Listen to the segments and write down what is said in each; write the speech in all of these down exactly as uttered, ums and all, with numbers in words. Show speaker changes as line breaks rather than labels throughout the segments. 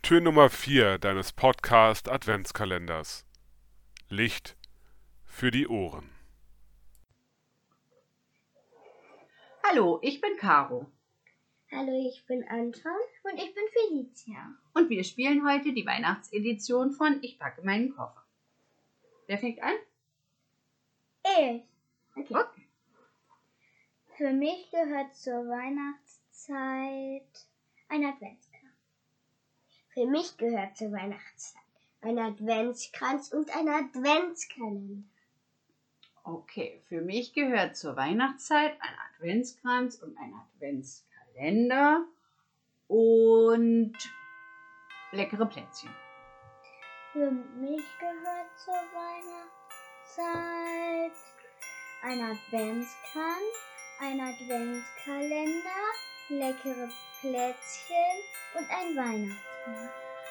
Tür Nummer vier deines Podcast-Adventskalenders. Licht für die Ohren.
Hallo, ich bin Caro.
Hallo, ich bin Anton und ich bin Felicia.
Und wir spielen heute die Weihnachtsedition von Ich packe meinen Koffer. Wer fängt an?
Ich.
Okay. okay.
Für mich gehört zur Weihnachtszeit ein Adventskranz. Für mich gehört zur Weihnachtszeit ein Adventskranz und ein Adventskalender.
Okay, für mich gehört zur Weihnachtszeit ein Adventskranz und ein Adventskalender und leckere Plätzchen.
Für mich gehört zur Weihnachtszeit ein Adventskranz, ein Adventskalender, leckere Plätzchen und ein Weihnachtsmarkt.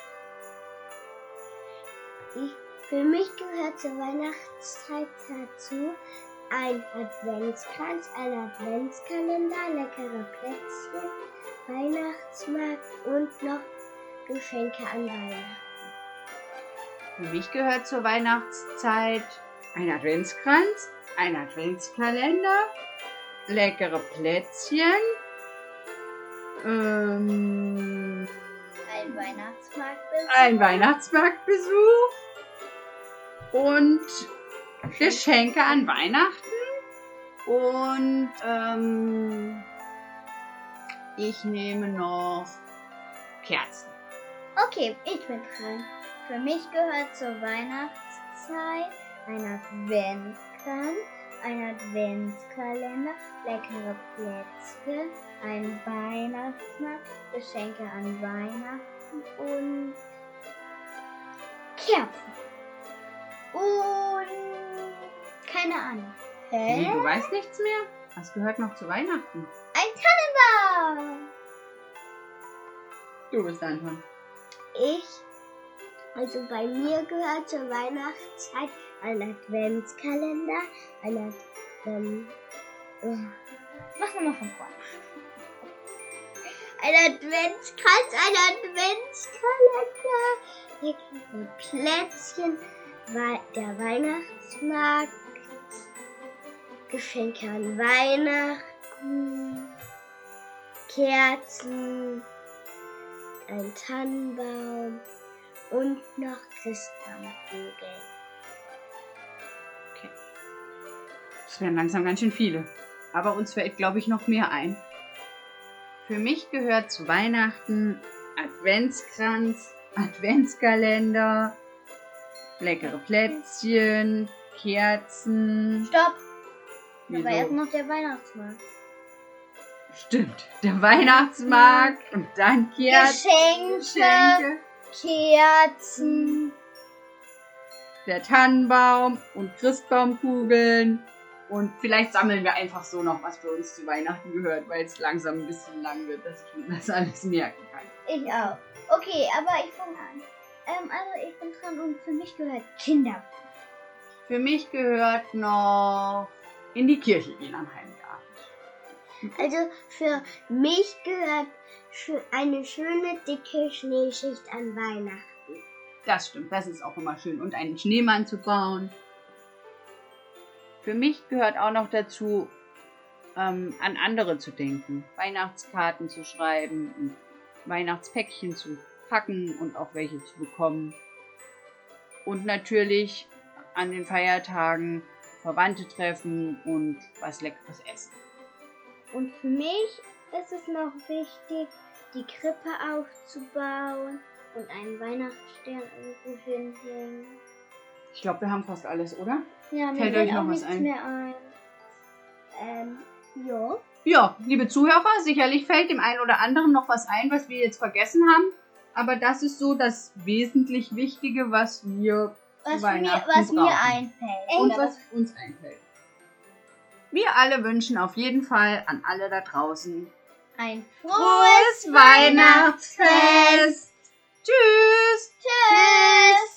Ich, für mich gehört zur Weihnachtszeit dazu ein Adventskranz, ein Adventskalender, leckere Plätzchen, Weihnachtsmarkt und noch Geschenke an Weihnachten.
Für mich gehört zur Weihnachtszeit ein Adventskranz, ein Adventskalender, leckere Plätzchen, ähm,
Ein Weihnachtsmarktbesuch.
ein Weihnachtsmarktbesuch und Geschenke an Weihnachten und ähm, ich nehme noch Kerzen.
Okay, ich bin dran. Für mich gehört zur Weihnachtszeit ein Adventskranz, ein Adventskalender, leckere Plätzchen, ein Weihnachtsmarkt, Geschenke an Weihnachten und Kerzen. Und keine Ahnung. Hä?
Wie, du weißt nichts mehr? Was gehört noch zu Weihnachten?
Ein Tannenbaum.
Du bist Anton.
Ich, also bei mir gehört zur Weihnachtszeit ein Adventskalender, ein Ad ähm, äh, mach nochmal von vorne. Ein Adventskranz, ein Adventskalender, leckere Plätzchen, der Weihnachtsmarkt, Geschenke an Weihnachten, Kerzen, ein Tannenbaum und noch Christbaumkugeln.
Okay. Das wären langsam ganz schön viele. Aber uns fällt, glaube ich, noch mehr ein. Für mich gehört zu Weihnachten Adventskranz, Adventskalender, leckere Plätzchen, Kerzen.
Stopp! Da
Wieso?
war erst noch der Weihnachtsmarkt.
Stimmt, der Weihnachtsmarkt und dann Kerzen,
Geschenke, Kerzen.
der Tannenbaum und Christbaumkugeln. Und vielleicht sammeln wir einfach so noch, was für uns zu Weihnachten gehört, weil es langsam ein bisschen lang wird, dass ich mir das alles merken kann.
Ich auch. Okay, aber ich fange an. Ähm, also ich bin dran und für mich gehört Kinder.
Für mich gehört noch in die Kirche gehen am Heimgarten.
Also für mich gehört eine schöne dicke Schneeschicht an Weihnachten.
Das stimmt, das ist auch immer schön. Und einen Schneemann zu bauen. Für mich gehört auch noch dazu, ähm, an andere zu denken. Weihnachtskarten zu schreiben und Weihnachtspäckchen zu packen und auch welche zu bekommen. Und natürlich an den Feiertagen Verwandte treffen und was Leckeres essen.
Und für mich ist es noch wichtig, die Krippe aufzubauen und einen Weihnachtsstern irgendwo hinhängen.
Ich glaube, wir haben fast alles, oder?
Ja, mir
Fällt
fällt
euch noch
auch
was
nichts
ein?
mehr ein. Ähm, ja.
Ja, liebe Zuhörer, sicherlich fällt dem einen oder anderen noch was ein, was wir jetzt vergessen haben. Aber das ist so das wesentlich Wichtige, was wir
Was,
zu
mir,
Weihnachten
was
brauchen.
mir einfällt.
Und
Oder
was uns einfällt. Wir alle wünschen auf jeden Fall an alle da draußen
ein
frohes Weihnachtsfest! Tschüss!
Tschüss!